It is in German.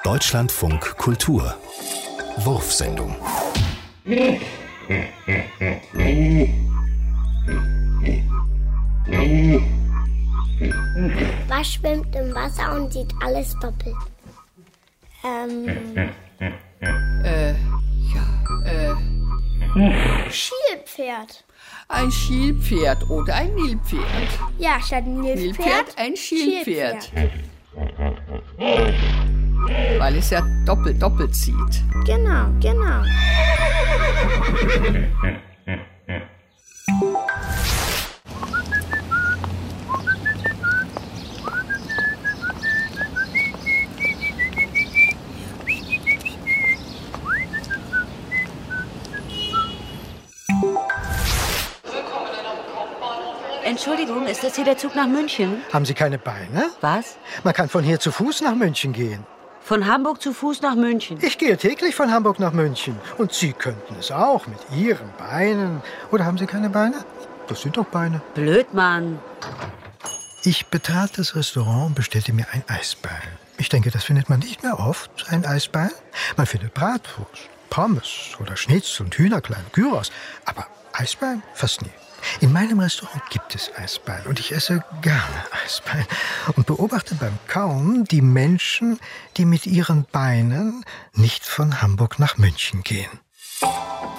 Deutschlandfunk Kultur Wurfsendung. Was schwimmt im Wasser und sieht alles doppelt? Schielpferd. Ein Schielpferd oder ein Nilpferd. Ja, statt Nilpferd Ein Schielpferd. Weil es ja doppelt zieht. Genau. Entschuldigung, ist das hier der Zug nach München? Haben Sie keine Beine? Was? Man kann von hier zu Fuß nach München gehen. Von Hamburg zu Fuß nach München? Ich gehe täglich von Hamburg nach München. Und Sie könnten es auch mit Ihren Beinen. Oder haben Sie keine Beine? Das sind doch Beine. Blöd, Mann. Ich betrat das Restaurant und bestellte mir ein Eisbein. Ich denke, das findet man nicht mehr oft, ein Eisbein. Man findet Bratwurst, Pommes oder Schnitzel und Hühnerklein, Gyros. Aber Eisbein fast nie. In meinem Restaurant gibt es Eisbein und ich esse gerne Eisbein und beobachte beim Kauen die Menschen, die mit ihren Beinen nicht von Hamburg nach München gehen.